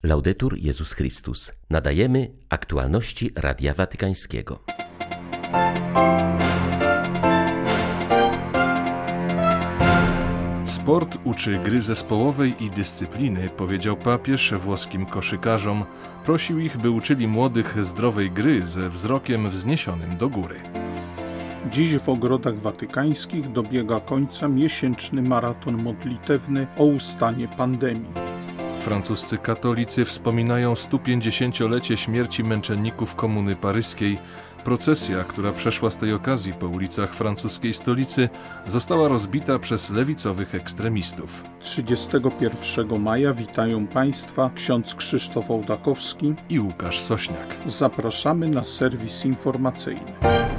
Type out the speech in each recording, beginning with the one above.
Laudetur Jezus Chrystus. Nadajemy aktualności Radia Watykańskiego. Sport uczy gry zespołowej i dyscypliny, powiedział papież włoskim koszykarzom. Prosił ich, by uczyli młodych zdrowej gry ze wzrokiem wzniesionym do góry. Dziś w ogrodach watykańskich dobiega końca miesięczny maraton modlitewny o ustanie pandemii. Francuscy katolicy wspominają 150-lecie śmierci męczenników Komuny Paryskiej. Procesja, która przeszła z tej okazji po ulicach francuskiej stolicy, została rozbita przez lewicowych ekstremistów. 31 maja witają Państwa ksiądz Krzysztof Ołdakowski i Łukasz Sośniak. Zapraszamy na serwis informacyjny.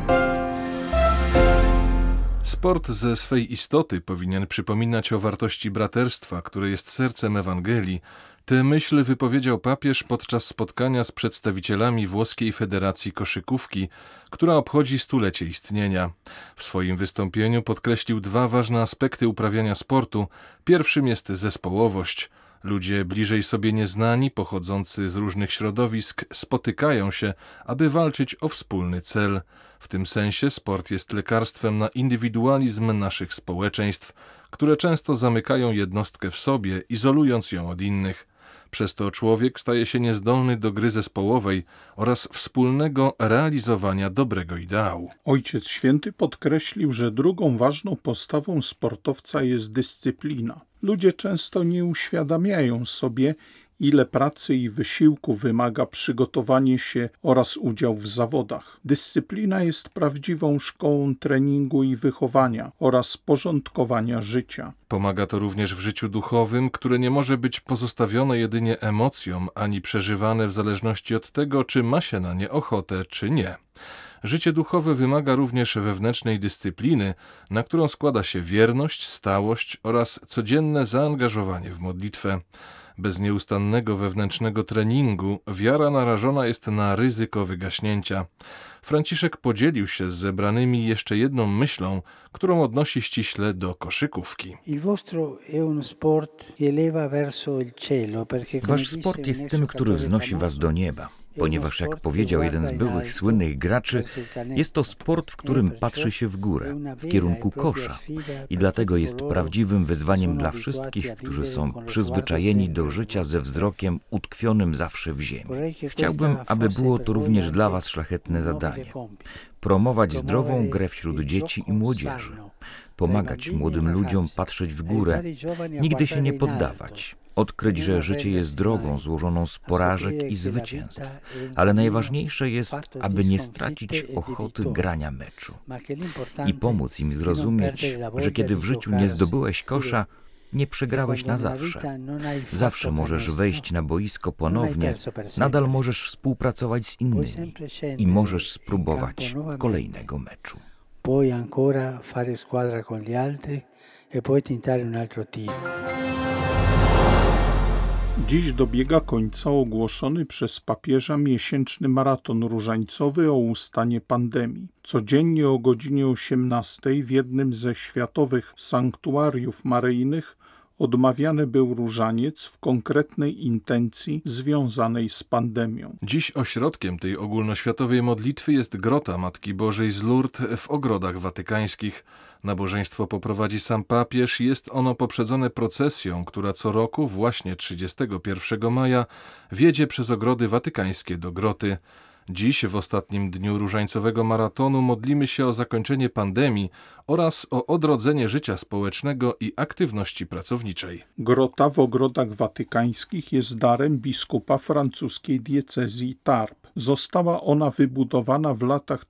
Sport ze swej istoty powinien przypominać o wartości braterstwa, które jest sercem Ewangelii. Tę myśl wypowiedział papież podczas spotkania z przedstawicielami Włoskiej Federacji Koszykówki, która obchodzi 100-lecie istnienia. W swoim wystąpieniu podkreślił dwa ważne aspekty uprawiania sportu. Pierwszym jest zespołowość. Ludzie bliżej sobie nieznani, pochodzący z różnych środowisk, spotykają się, aby walczyć o wspólny cel. W tym sensie sport jest lekarstwem na indywidualizm naszych społeczeństw, które często zamykają jednostkę w sobie, izolując ją od innych. Przez to człowiek staje się niezdolny do gry zespołowej oraz wspólnego realizowania dobrego ideału. Ojciec Święty podkreślił, że drugą ważną postawą sportowca jest dyscyplina. Ludzie często nie uświadamiają sobie, ile pracy i wysiłku wymaga przygotowanie się oraz udział w zawodach. Dyscyplina jest prawdziwą szkołą treningu i wychowania oraz porządkowania życia. Pomaga to również w życiu duchowym, które nie może być pozostawione jedynie emocjom, ani przeżywane w zależności od tego, czy ma się na nie ochotę, czy nie. Życie duchowe wymaga również wewnętrznej dyscypliny, na którą składa się wierność, stałość oraz codzienne zaangażowanie w modlitwę. Bez nieustannego wewnętrznego treningu wiara narażona jest na ryzyko wygaśnięcia. Franciszek podzielił się z zebranymi jeszcze jedną myślą, którą odnosi ściśle do koszykówki. Wasz sport jest tym, który wznosi was do nieba. Ponieważ, jak powiedział jeden z byłych słynnych graczy, jest to sport, w którym patrzy się w górę, w kierunku kosza. I dlatego jest prawdziwym wyzwaniem dla wszystkich, którzy są przyzwyczajeni do życia ze wzrokiem utkwionym zawsze w ziemi. Chciałbym, aby było to również dla was szlachetne zadanie. Promować zdrową grę wśród dzieci i młodzieży. Pomagać młodym ludziom patrzeć w górę, nigdy się nie poddawać. Odkryć, że życie jest drogą złożoną z porażek i zwycięstw, ale najważniejsze jest, aby nie stracić ochoty grania meczu i pomóc im zrozumieć, że kiedy w życiu nie zdobyłeś kosza, nie przegrałeś na zawsze. Zawsze możesz wejść na boisko ponownie, nadal możesz współpracować z innymi i możesz spróbować kolejnego meczu. Puoi ancora fare squadra con gli altri e puoi tentare un altro tiro. Dziś dobiega końca ogłoszony przez papieża miesięczny maraton różańcowy o ustanie pandemii. Codziennie o godzinie 18 w jednym ze światowych sanktuariów maryjnych odmawiany był różaniec w konkretnej intencji związanej z pandemią. Dziś ośrodkiem tej ogólnoświatowej modlitwy jest grota Matki Bożej z Lourdes w ogrodach watykańskich. Nabożeństwo poprowadzi sam papież, jest ono poprzedzone procesją, która co roku, właśnie 31 maja, wiedzie przez ogrody watykańskie do groty. Dziś, w ostatnim dniu różańcowego maratonu, modlimy się o zakończenie pandemii oraz o odrodzenie życia społecznego i aktywności pracowniczej. Grota w ogrodach watykańskich jest darem biskupa francuskiej diecezji Tarbes. Została ona wybudowana w latach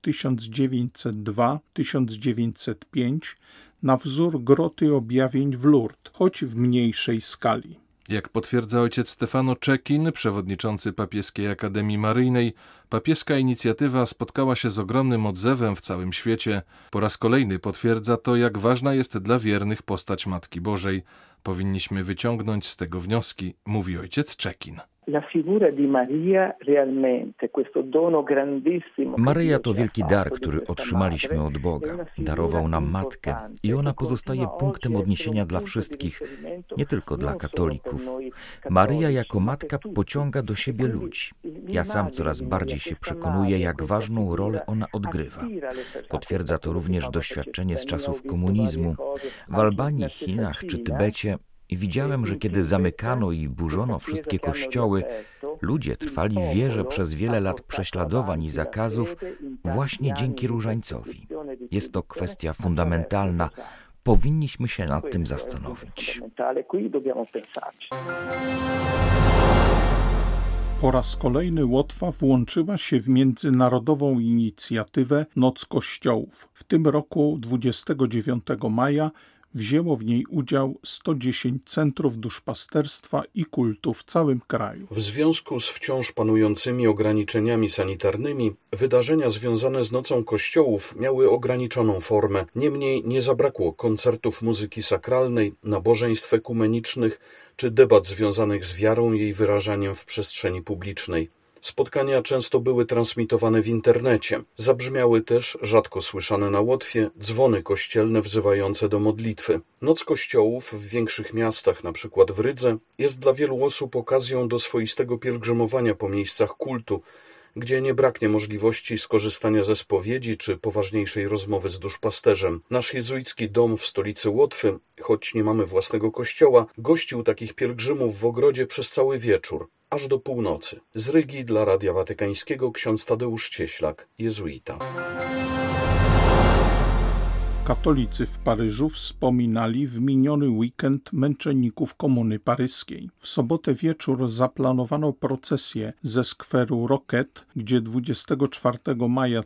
1902-1905 na wzór groty objawień w Lourdes, choć w mniejszej skali. Jak potwierdza ojciec Stefano Cecchín, przewodniczący Papieskiej Akademii Maryjnej, papieska inicjatywa spotkała się z ogromnym odzewem w całym świecie. Po raz kolejny potwierdza to, jak ważna jest dla wiernych postać Matki Bożej. Powinniśmy wyciągnąć z tego wnioski, mówi ojciec Cecchín. Maryja to wielki dar, który otrzymaliśmy od Boga. Darował nam Matkę i ona pozostaje punktem odniesienia dla wszystkich, nie tylko dla katolików. Maryja jako matka pociąga do siebie ludzi. Ja sam coraz bardziej się przekonuję, jak ważną rolę ona odgrywa. Potwierdza to również doświadczenie z czasów komunizmu. W Albanii, Chinach czy Tybecie i widziałem, że kiedy zamykano i burzono wszystkie kościoły, ludzie trwali w wierze przez wiele lat prześladowań i zakazów właśnie dzięki różańcowi. Jest to kwestia fundamentalna. Powinniśmy się nad tym zastanowić. Po raz kolejny Łotwa włączyła się w międzynarodową inicjatywę Noc Kościołów. W tym roku 29 maja wzięło w niej udział 110 centrów duszpasterstwa i kultu w całym kraju. W związku z wciąż panującymi ograniczeniami sanitarnymi, wydarzenia związane z Nocą Kościołów miały ograniczoną formę. Niemniej nie zabrakło koncertów muzyki sakralnej, nabożeństw ekumenicznych czy debat związanych z wiarą i jej wyrażaniem w przestrzeni publicznej. Spotkania często były transmitowane w internecie. Zabrzmiały też, rzadko słyszane na Łotwie, dzwony kościelne wzywające do modlitwy. Noc Kościołów w większych miastach, np. w Rydze, jest dla wielu osób okazją do swoistego pielgrzymowania po miejscach kultu, gdzie nie braknie możliwości skorzystania ze spowiedzi czy poważniejszej rozmowy z duszpasterzem. Nasz jezuicki dom w stolicy Łotwy, choć nie mamy własnego kościoła, gościł takich pielgrzymów w ogrodzie przez cały wieczór, aż do północy. Z Rygi dla Radia Watykańskiego ksiądz Tadeusz Cieślak, jezuita. Katolicy w Paryżu wspominali w miniony weekend męczenników Komuny Paryskiej. W sobotę wieczór zaplanowano procesję ze skweru Roquette, gdzie 24 maja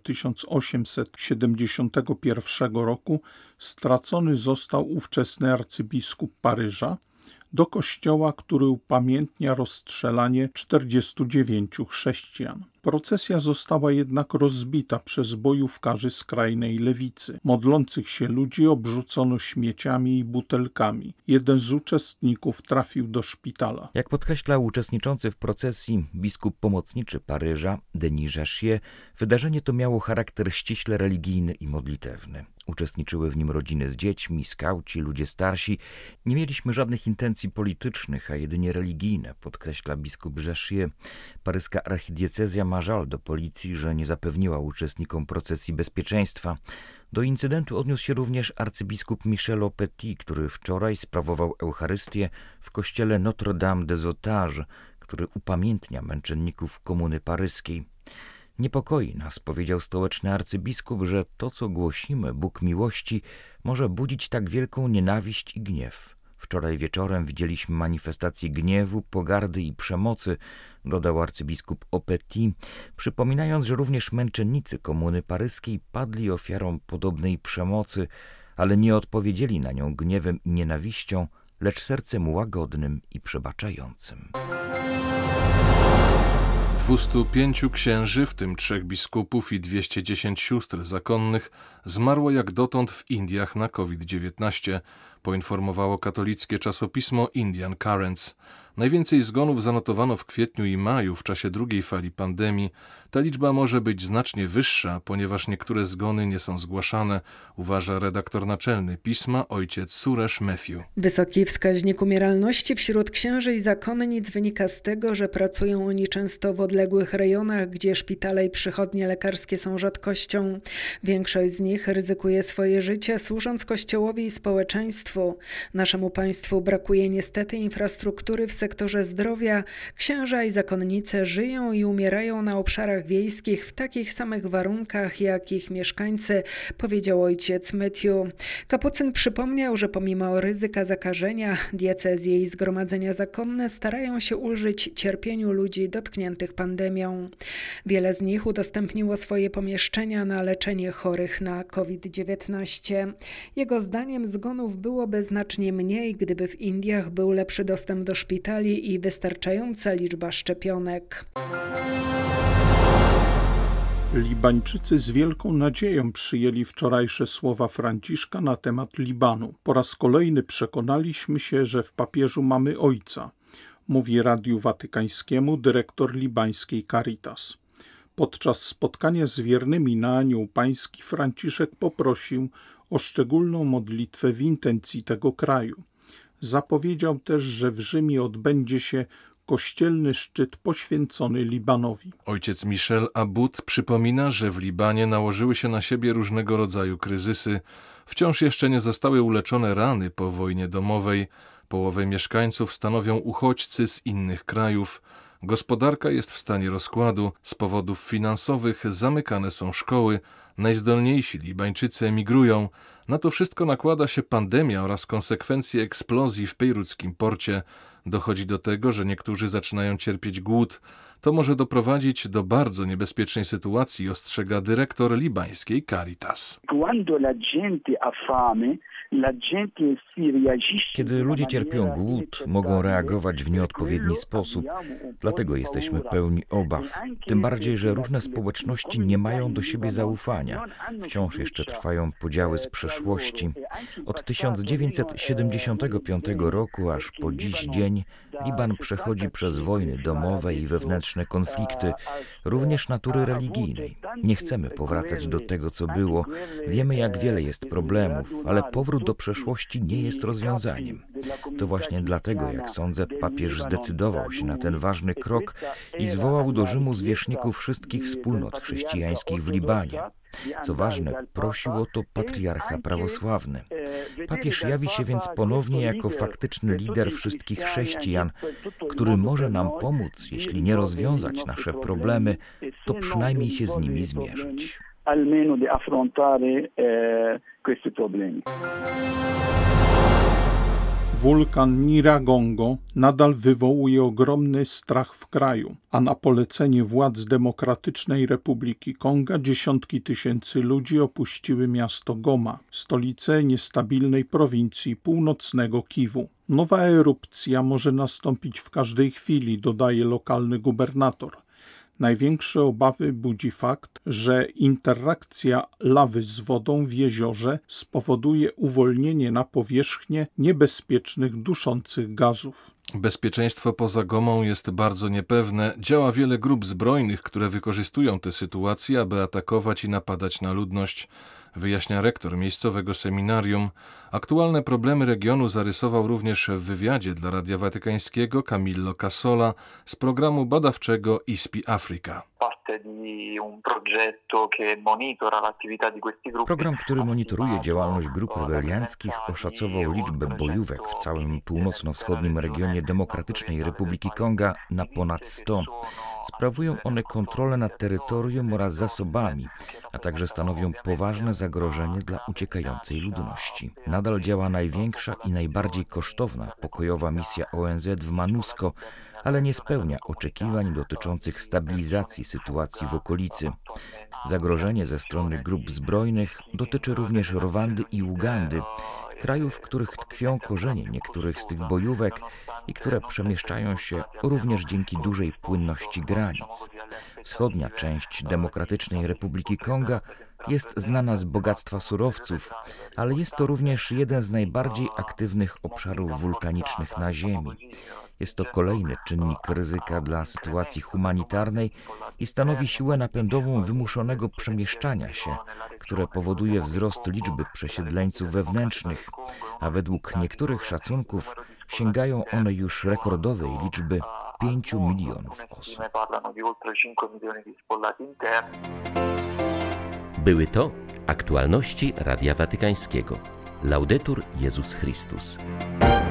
1871 roku stracony został ówczesny arcybiskup Paryża, do kościoła, który upamiętnia rozstrzelanie 49 chrześcijan. Procesja została jednak rozbita przez bojówkarzy skrajnej lewicy. Modlących się ludzi obrzucono śmieciami i butelkami. Jeden z uczestników trafił do szpitala. Jak podkreślał uczestniczący w procesji biskup pomocniczy Paryża, Denis Jachier, wydarzenie to miało charakter ściśle religijny i modlitewny. Uczestniczyły w nim rodziny z dziećmi, skauci, ludzie starsi. Nie mieliśmy żadnych intencji politycznych, a jedynie religijne, podkreśla biskup Jachier. Paryska archidiecezja ma żal do policji, że nie zapewniła uczestnikom procesji bezpieczeństwa. Do incydentu odniósł się również arcybiskup Michel Aupetit, który wczoraj sprawował Eucharystię w kościele Notre-Dame des Otages, który upamiętnia męczenników Komuny Paryskiej. Niepokoi nas, powiedział stołeczny arcybiskup, że to, co głosimy, Bóg miłości, może budzić tak wielką nienawiść i gniew. Wczoraj wieczorem widzieliśmy manifestacje gniewu, pogardy i przemocy, dodał arcybiskup Aupetit, przypominając, że również męczennicy Komuny Paryskiej padli ofiarą podobnej przemocy, ale nie odpowiedzieli na nią gniewem i nienawiścią, lecz sercem łagodnym i przebaczającym. 205 księży, w tym 3 biskupów i 210 sióstr zakonnych, zmarło jak dotąd w Indiach na COVID-19, poinformowało katolickie czasopismo Indian Currents. Najwięcej zgonów zanotowano w kwietniu i maju w czasie drugiej fali pandemii. Ta liczba może być znacznie wyższa, ponieważ niektóre zgony nie są zgłaszane, uważa redaktor naczelny pisma ojciec Suresh Matthew. Wysoki wskaźnik umieralności wśród księży i zakonnic wynika z tego, że pracują oni często w odległych rejonach, gdzie szpitale i przychodnie lekarskie są rzadkością. Większość z nich ryzykuje swoje życie, służąc Kościołowi i społeczeństwu. Naszemu państwu brakuje niestety infrastruktury w sektorze zdrowia. Księża i zakonnice żyją i umierają na obszarach wiejskich w takich samych warunkach jak ich mieszkańcy, powiedział ojciec Matthew. Kapucyn przypomniał, że pomimo ryzyka zakażenia, diecezje i zgromadzenia zakonne starają się ulżyć cierpieniu ludzi dotkniętych pandemią. Wiele z nich udostępniło swoje pomieszczenia na leczenie chorych na COVID-19. Jego zdaniem zgonów byłoby znacznie mniej, gdyby w Indiach był lepszy dostęp do szpitali i wystarczająca liczba szczepionek. Libańczycy z wielką nadzieją przyjęli wczorajsze słowa Franciszka na temat Libanu. Po raz kolejny przekonaliśmy się, że w papieżu mamy ojca. mówi Radiu Watykańskiemu dyrektor libańskiej Caritas. Podczas spotkania z wiernymi na Anioł Pański Franciszek poprosił o szczególną modlitwę w intencji tego kraju. Zapowiedział też, że w Rzymie odbędzie się kościelny szczyt poświęcony Libanowi. Ojciec Michel Abud przypomina, że w Libanie nałożyły się na siebie różnego rodzaju kryzysy. Wciąż jeszcze nie zostały uleczone rany po wojnie domowej. Połowę mieszkańców stanowią uchodźcy z innych krajów. Gospodarka jest w stanie rozkładu. Z powodów finansowych zamykane są szkoły. Najzdolniejsi Libańczycy emigrują. Na to wszystko nakłada się pandemia oraz konsekwencje eksplozji w bejruckim porcie. Dochodzi do tego, że niektórzy zaczynają cierpieć głód. To może doprowadzić do bardzo niebezpiecznej sytuacji, ostrzega dyrektor libańskiej Caritas. Kiedy ludzie cierpią głód, mogą reagować w nieodpowiedni sposób. Dlatego jesteśmy pełni obaw. Tym bardziej, że różne społeczności nie mają do siebie zaufania. Wciąż jeszcze trwają podziały z przeszłości. Od 1975 roku aż po dziś dzień Liban przechodzi przez wojny domowe i wewnętrzne konflikty, również natury religijnej. Nie chcemy powracać do tego, co było. Wiemy, jak wiele jest problemów, ale powrót do przeszłości nie jest rozwiązaniem. To właśnie dlatego, jak sądzę, papież zdecydował się na ten ważny krok i zwołał do Rzymu zwierzchników wszystkich wspólnot chrześcijańskich w Libanie. Co ważne, prosił o to patriarcha prawosławny. Papież jawi się więc ponownie jako faktyczny lider wszystkich chrześcijan, który może nam pomóc, jeśli nie rozwiązać nasze problemy, to przynajmniej się z nimi zmierzyć. Wulkan Nyiragongo nadal wywołuje ogromny strach w kraju, a na polecenie władz Demokratycznej Republiki Konga dziesiątki tysięcy ludzi opuściły miasto Goma, stolicę niestabilnej prowincji północnego Kiwu. Nowa erupcja może nastąpić w każdej chwili, dodaje lokalny gubernator. Największe obawy budzi fakt, że interakcja lawy z wodą w jeziorze spowoduje uwolnienie na powierzchnię niebezpiecznych, duszących gazów. Bezpieczeństwo poza Gomą jest bardzo niepewne. Działa wiele grup zbrojnych, które wykorzystują tę sytuację, aby atakować i napadać na ludność, wyjaśnia rektor miejscowego seminarium. Aktualne problemy regionu zarysował również w wywiadzie dla Radia Watykańskiego Camillo Cassola z programu badawczego ISPI Africa. Program, który monitoruje działalność grup rebelianckich, oszacował liczbę bojówek w całym północno-wschodnim regionie Demokratycznej Republiki Konga na ponad 100. Sprawują one kontrolę nad terytorium oraz zasobami, a także stanowią poważne zagrożenie dla uciekającej ludności. Nadal działa największa i najbardziej kosztowna pokojowa misja ONZ w MONUSCO, ale nie spełnia oczekiwań dotyczących stabilizacji sytuacji w okolicy. Zagrożenie ze strony grup zbrojnych dotyczy również Rwandy i Ugandy, krajów, w których tkwią korzenie niektórych z tych bojówek i które przemieszczają się również dzięki dużej płynności granic. Wschodnia część Demokratycznej Republiki Konga jest znana z bogactwa surowców, ale jest to również jeden z najbardziej aktywnych obszarów wulkanicznych na Ziemi. Jest to kolejny czynnik ryzyka dla sytuacji humanitarnej i stanowi siłę napędową wymuszonego przemieszczania się, które powoduje wzrost liczby przesiedleńców wewnętrznych, a według niektórych szacunków sięgają one już rekordowej liczby 5 milionów osób. Były to aktualności Radia Watykańskiego. Laudetur Jezus Chrystus.